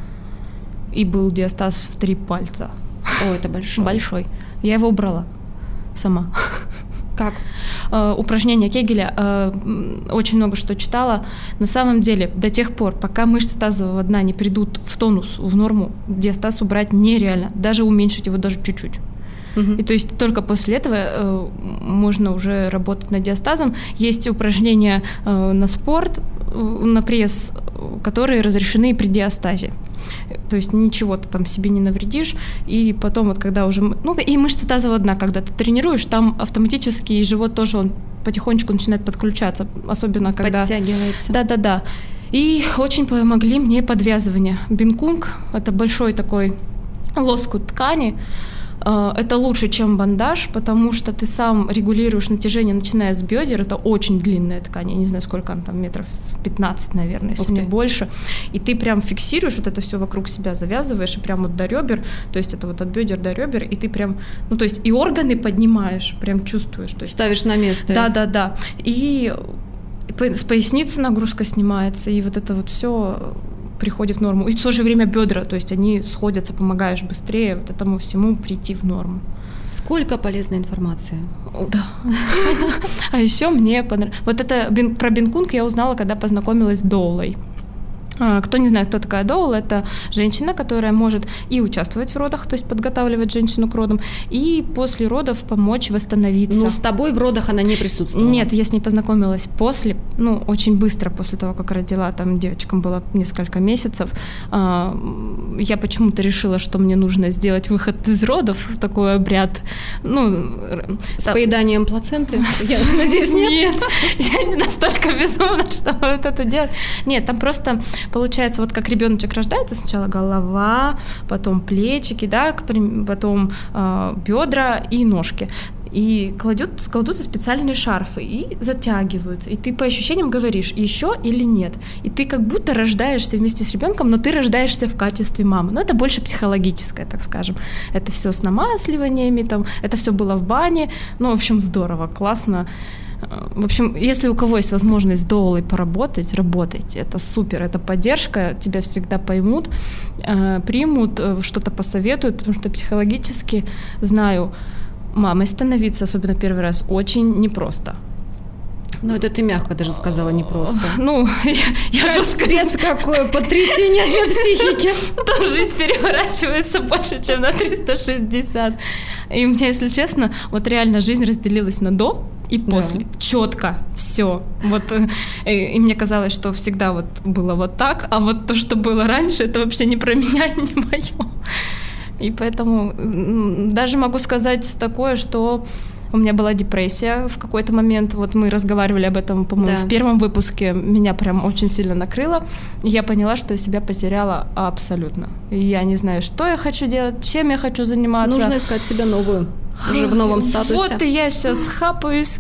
Speaker 2: И был диастаз в 3 пальца.
Speaker 1: О, это большой.
Speaker 2: Большой. Я его убрала сама.
Speaker 1: Как?
Speaker 2: Упражнения Кегеля, очень много что читала. На самом деле, до тех пор, пока мышцы тазового дна не придут в тонус, в норму, диастаз убрать нереально, даже уменьшить его даже чуть-чуть. И то есть только после этого можно уже работать над диастазом. Есть упражнения на спорт, на пресс, которые разрешены при диастазе. То есть ничего ты там себе не навредишь. И потом вот когда уже... и мышцы тазового дна, когда ты тренируешь, там автоматически живот тоже он потихонечку начинает подключаться. Особенно когда...
Speaker 1: Подтягивается.
Speaker 2: Да. И очень помогли мне подвязывания. Бинкунг – это большой такой лоскут ткани. Это лучше, чем бандаж, потому что ты сам регулируешь натяжение, начиная с бедер. Это очень длинная ткань, я не знаю, сколько она там, метров 15, наверное, если не больше. И ты прям фиксируешь вот это все вокруг себя, завязываешь, и прям вот до ребер, то есть это вот от бедер до ребер, и ты прям, то есть и органы поднимаешь, прям чувствуешь. То есть,
Speaker 1: ставишь на место.
Speaker 2: Да. И с поясницы нагрузка снимается, и вот это вот все приходит в норму. И в то же время бедра, то есть они сходятся, помогаешь быстрее вот этому всему прийти в норму.
Speaker 1: Сколько полезной информации.
Speaker 2: Да. А еще мне понравилось. Вот это про бинкунг я узнала, когда познакомилась с доулой. Кто не знает, кто такая доул, это женщина, которая может и участвовать в родах, то есть подготавливать женщину к родам, и после родов помочь восстановиться.
Speaker 1: Но с тобой в родах она не присутствовала?
Speaker 2: Нет, я с ней познакомилась после, очень быстро после того, как родила, там девочкам было несколько месяцев. Я почему-то решила, что мне нужно сделать выход из родов, такой обряд.
Speaker 1: С поеданием плаценты? Я надеюсь, нет?
Speaker 2: Нет, я не настолько безумна, чтобы вот это делать. Нет, там просто получается, вот как ребеночек рождается, сначала голова, потом плечики, да, потом бедра и ножки. И кладутся специальные шарфы и затягиваются. И ты по ощущениям говоришь, еще или нет. И ты как будто рождаешься вместе с ребенком, но ты рождаешься в качестве мамы. Но это больше психологическое, так скажем. Это все с намасливаниями, это все было в бане. В общем, здорово, классно. В общем, если у кого есть возможность с доулой поработать, работайте. Это супер, это поддержка, тебя всегда поймут, примут, что-то посоветуют, потому что психологически знаю, мамой становиться, особенно первый раз, очень непросто.
Speaker 1: Это ты мягко даже сказала, непросто.
Speaker 2: Я жестко...
Speaker 1: Капец, какое потрясение для психики.
Speaker 2: Там жизнь переворачивается больше, чем на 360. И у меня, если честно, вот реально жизнь разделилась на до и после. Да. Четко все. И мне казалось, что всегда вот было вот так, а вот то, что было раньше, это вообще не про меня и не мое. И поэтому даже могу сказать такое, что у меня была депрессия в какой-то момент. Вот мы разговаривали об этом, по-моему, в первом выпуске. Меня прям очень сильно накрыло. И я поняла, что я себя потеряла абсолютно. И я не знаю, что я хочу делать, чем я хочу заниматься.
Speaker 1: Нужно искать себя новую, уже в новом статусе.
Speaker 2: Вот и я сейчас хапаюсь,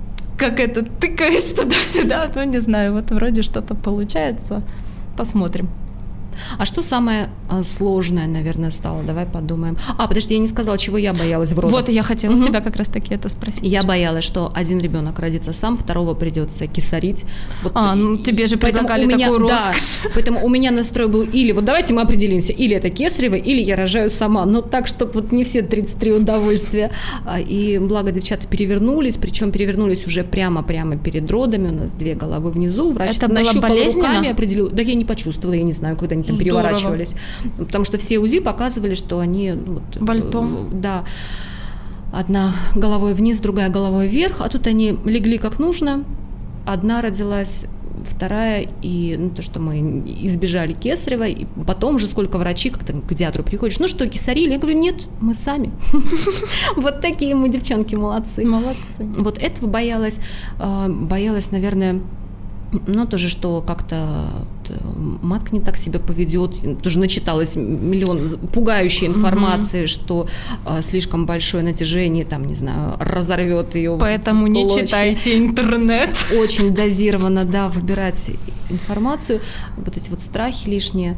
Speaker 2: тыкаюсь туда-сюда. Не знаю, вроде что-то получается. Посмотрим.
Speaker 1: А что самое сложное, наверное, стало? Давай подумаем. Подожди, я не сказала, чего я боялась в родах.
Speaker 2: Вот, я хотела у тебя как раз-таки это спросить.
Speaker 1: Я боялась, что один ребенок родится сам, второго придется кисарить.
Speaker 2: Тебе же предлагали такую роскошь.
Speaker 1: Да, поэтому у меня настрой был давайте мы определимся, или это кесарево, или я рожаю сама. Но так, чтобы не все 33 удовольствия. И благо девчата перевернулись, причем перевернулись уже прямо перед родами. У нас 2 головы внизу. Врач
Speaker 2: это было болезненно?
Speaker 1: Руками, определил. Да я не почувствовала, я не знаю, когда они там переворачивались. Потому что все УЗИ показывали, что они...
Speaker 2: Бальтом.
Speaker 1: Да. Одна головой вниз, другая головой вверх, а тут они легли как нужно. Одна родилась, вторая, и то, что мы избежали кесарева, и потом же сколько врачи, как-то к педиатру приходишь, что, кесарили? Я говорю, нет, мы сами. Вот такие мы, девчонки, молодцы. Вот этого боялась, наверное... тоже, что как-то матка не так себя поведет. Тоже начиталась миллион пугающей информации, что слишком большое натяжение, разорвет ее.
Speaker 2: Поэтому не читайте интернет.
Speaker 1: Очень дозированно, выбирать информацию. Вот эти страхи лишние.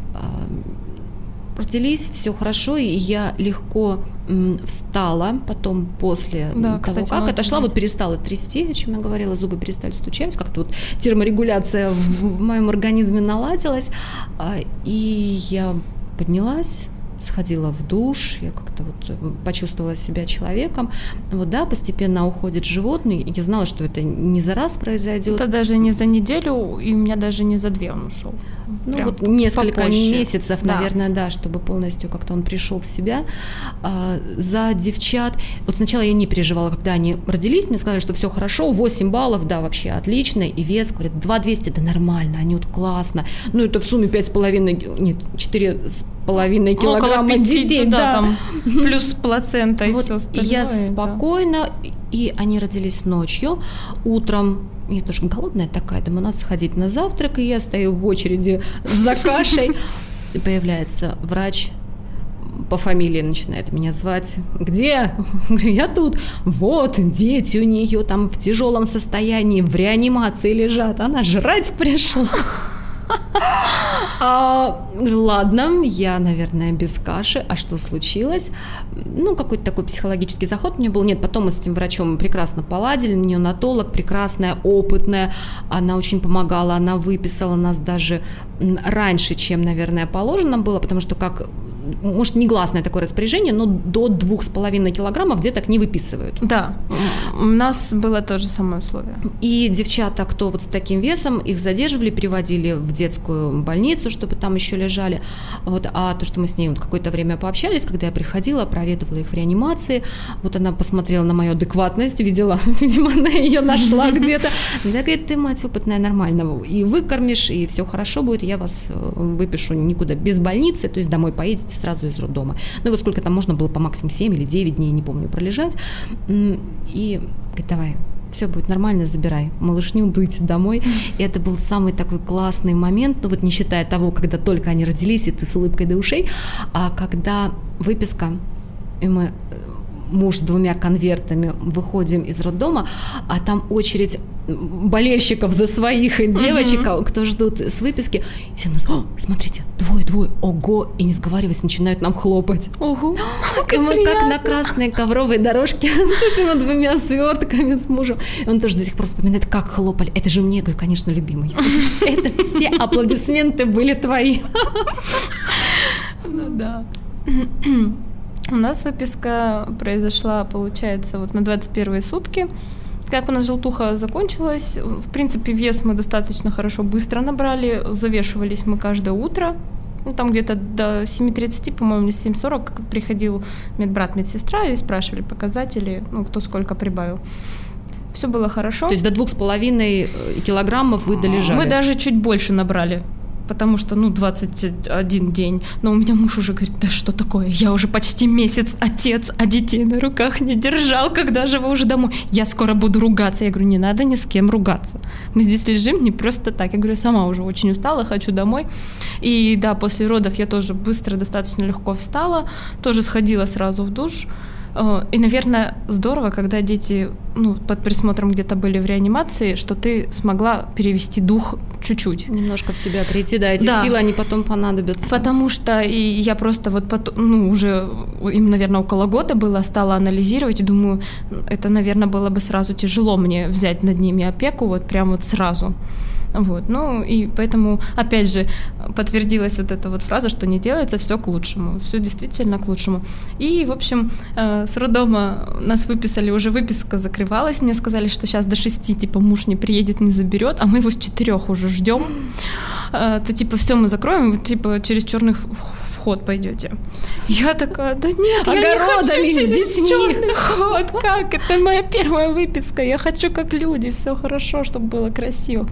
Speaker 1: Родились, все хорошо, и я легко встала потом после того, как отошла, перестала трясти, о чем я говорила, зубы перестали стучать, как-то терморегуляция в моем организме наладилась, и я поднялась, сходила в душ, я как-то почувствовала себя человеком. Постепенно уходит животный. Я знала, что это не за раз произойдет.
Speaker 2: Это даже не за неделю, и у меня даже не за 2 он ушел.
Speaker 1: Несколько месяцев, наверное, чтобы полностью как-то он пришел в себя. За девчат. Сначала я не переживала, когда они родились, мне сказали, что все хорошо, 8 баллов, вообще отлично, и вес, говорят, 2200, да нормально, они классно. Это в сумме 4,5 килограмма детей.
Speaker 2: Там плюс плацента и все остальное.
Speaker 1: Я спокойно, и они родились ночью, утром. Я тоже голодная такая, думаю, надо сходить на завтрак, и я стою в очереди за кашей. И появляется врач, по фамилии начинает меня звать. Где? Говорю, я тут. Вот, дети у нее там в тяжелом состоянии, в реанимации лежат. Она жрать пришла. Ладно, я, наверное, без каши. А что случилось? Какой-то такой психологический заход у меня был. Нет, потом мы с этим врачом прекрасно поладили. Неонатолог прекрасная, опытная. Она очень помогала, она выписала нас даже раньше, чем, наверное, положено было, потому что может, негласное такое распоряжение, но до 2,5 килограммов деток не выписывают.
Speaker 2: Да, у нас было то же самое условие.
Speaker 1: И девчата, кто вот с таким весом, их задерживали, переводили в детскую больницу, чтобы там еще лежали. А то, что мы с ней какое-то время пообщались, когда я приходила, проведывала их в реанимации, она посмотрела на мою адекватность, видела, видимо, она ее нашла где-то. Она говорит: ты, мать опытная, нормально, и выкормишь, и все хорошо будет, я вас выпишу никуда без больницы, то есть домой поедете сразу из роддома. Сколько там можно было по максимуму 7 или 9 дней, не помню, пролежать. И говорит: давай, все будет нормально, забирай малышню, дуйте домой. И это был самый такой классный момент, не считая того, когда только они родились, и ты с улыбкой до ушей, а когда выписка, и муж с 2 конвертами выходим из роддома, а там очередь болельщиков за своих девочек, кто ждут с выписки. И все у нас: смотрите, двое, ого, и не сговариваясь, начинают нам хлопать.
Speaker 2: Ого,
Speaker 1: и мы как на красной ковровой дорожке с этими 2 свертками с мужем. И он тоже до сих пор вспоминает, как хлопали. Это же мне, говорю, конечно, любимый. Это все аплодисменты были твои.
Speaker 2: Да. У нас выписка произошла, получается, на 21-е сутки. Как у нас желтуха закончилась, в принципе, вес мы достаточно хорошо быстро набрали, завешивались мы каждое утро. Там где-то до 7:30, по-моему, 7:40 приходил медбрат, медсестра и спрашивали показатели, кто сколько прибавил. Все было хорошо.
Speaker 1: То есть до 2,5 килограммов вы долежали?
Speaker 2: Мы даже чуть больше набрали. Потому что, 21 день. Но у меня муж уже говорит: да что такое, я уже почти месяц отец, а детей на руках не держал, когда же вы уже домой? Я скоро буду ругаться. Я говорю: не надо ни с кем ругаться. Мы здесь лежим не просто так. Я говорю: сама уже очень устала, хочу домой. И да, после родов я тоже быстро, достаточно легко встала, тоже сходила сразу в душ. И, наверное, здорово, когда дети под присмотром где-то были в реанимации, что ты смогла перевести дух чуть-чуть.
Speaker 1: Немножко в себя прийти, да, эти силы, они потом понадобятся.
Speaker 2: Потому что и я просто уже им, наверное, около года было, стала анализировать и думаю, это, наверное, было бы сразу тяжело мне взять над ними опеку прям сразу. И поэтому, опять же, подтвердилась эта фраза, что не делается все к лучшему, все действительно к лучшему. И, в общем, с роддома нас выписали, уже выписка закрывалась, мне сказали, что сейчас до 6, муж не приедет, не заберет, а мы его с 4 уже ждем, то, все мы закроем, через черный вход пойдете. Я такая: да нет, я не хочу через черный ход, как? Это моя первая выписка, я хочу как люди, все хорошо, чтобы было красиво.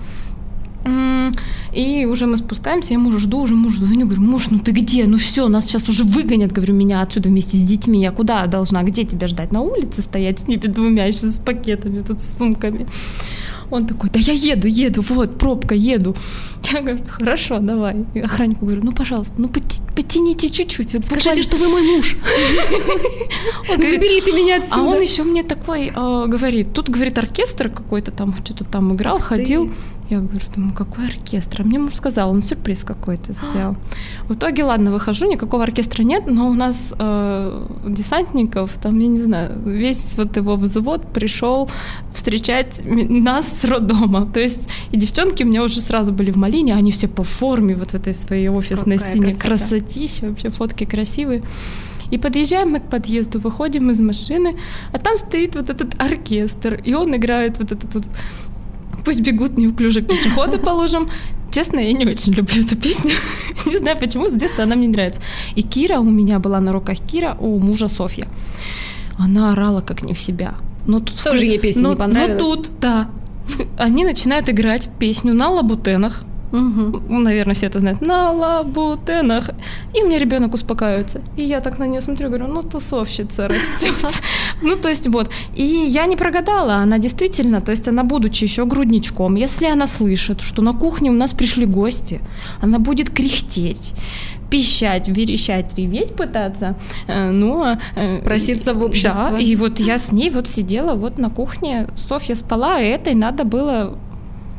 Speaker 2: И уже мы спускаемся, я мужа жду, уже мужу звоню, говорю: муж, ты где? Все, нас сейчас уже выгонят, говорю, меня отсюда вместе с детьми, я куда должна, где тебя ждать? На улице стоять с ними 2, еще с пакетами, с сумками. Он такой: да я еду, пробка, еду. Я говорю: хорошо, давай. И охраннику говорю: пожалуйста, потяните чуть-чуть.
Speaker 1: Скажите, что вы мой муж. Заберите меня отсюда.
Speaker 2: А он еще мне такой говорит: тут, говорит, оркестр какой-то там, что-то там играл, ходил. Я говорю: какой оркестр? А мне муж сказал, он сюрприз какой-то сделал. В итоге, ладно, выхожу, никакого оркестра нет, но у нас десантников, там, я не знаю, весь его взвод пришел встречать нас с роддома. То есть и девчонки у меня уже сразу были в малине, они все по форме в этой своей офисной синей красотища, вообще фотки красивые. И подъезжаем мы к подъезду, выходим из машины, а там стоит этот оркестр, и он играет этот «Пусть бегут неуклюже пешеходы» по лужам. Честно, я не очень люблю эту песню. Не знаю почему, с детства она мне не нравится. И Кира, у меня была на руках Кира, у мужа Софья. Она орала как не в себя. Но тут
Speaker 1: тоже ей песня не понравилась.
Speaker 2: Но тут, да, они начинают играть песню на лабутенах. Наверное, все это знают. На лабутенах. И у меня ребенок успокаивается. И я так на нее смотрю, говорю: тусовщица растет. То есть И я не прогадала. Она действительно, то есть она, будучи еще грудничком, если она слышит, что на кухне у нас пришли гости, она будет кряхтеть, пищать, верещать, реветь пытаться,
Speaker 1: проситься в общество.
Speaker 2: Да, и я с ней сидела на кухне, Софья спала, а этой надо было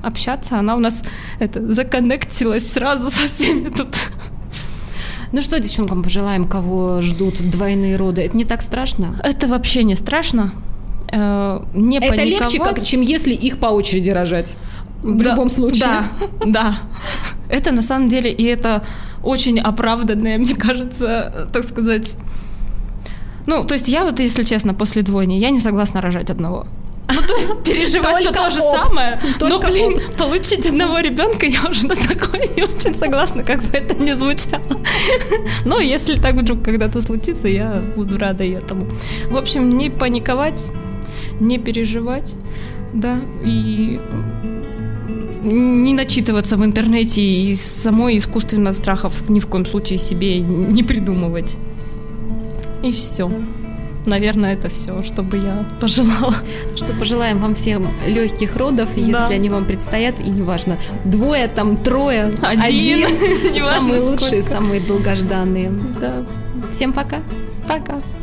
Speaker 2: общаться. Она у нас законнектилась сразу со всеми тут.
Speaker 1: Ну что девчонкам пожелаем, кого ждут двойные роды? Это не так страшно?
Speaker 2: Это вообще не страшно. Не
Speaker 1: это
Speaker 2: паниковать.
Speaker 1: легче, чем если их по очереди рожать. В любом случае.
Speaker 2: Да. Это на самом деле, и это очень оправданное, мне кажется, так сказать. Ну, то есть я вот, если честно, после двойни, я не согласна рожать одного. Ну, то есть переживать все то же самое, но, получить одного ребенка я уже на такое не очень согласна, как бы это ни звучало. Но если так вдруг когда-то случится, я буду рада этому. В общем, не паниковать, не переживать, да, и не начитываться в интернете и самой искусственно страхов ни в коем случае себе не придумывать. И все. Наверное, это все, что бы я пожелала.
Speaker 1: Что пожелаем вам всем легких родов, если они вам предстоят, и неважно, 2, 3, 1, самые лучшие, самые долгожданные.
Speaker 2: Да.
Speaker 1: Всем пока.
Speaker 2: Пока.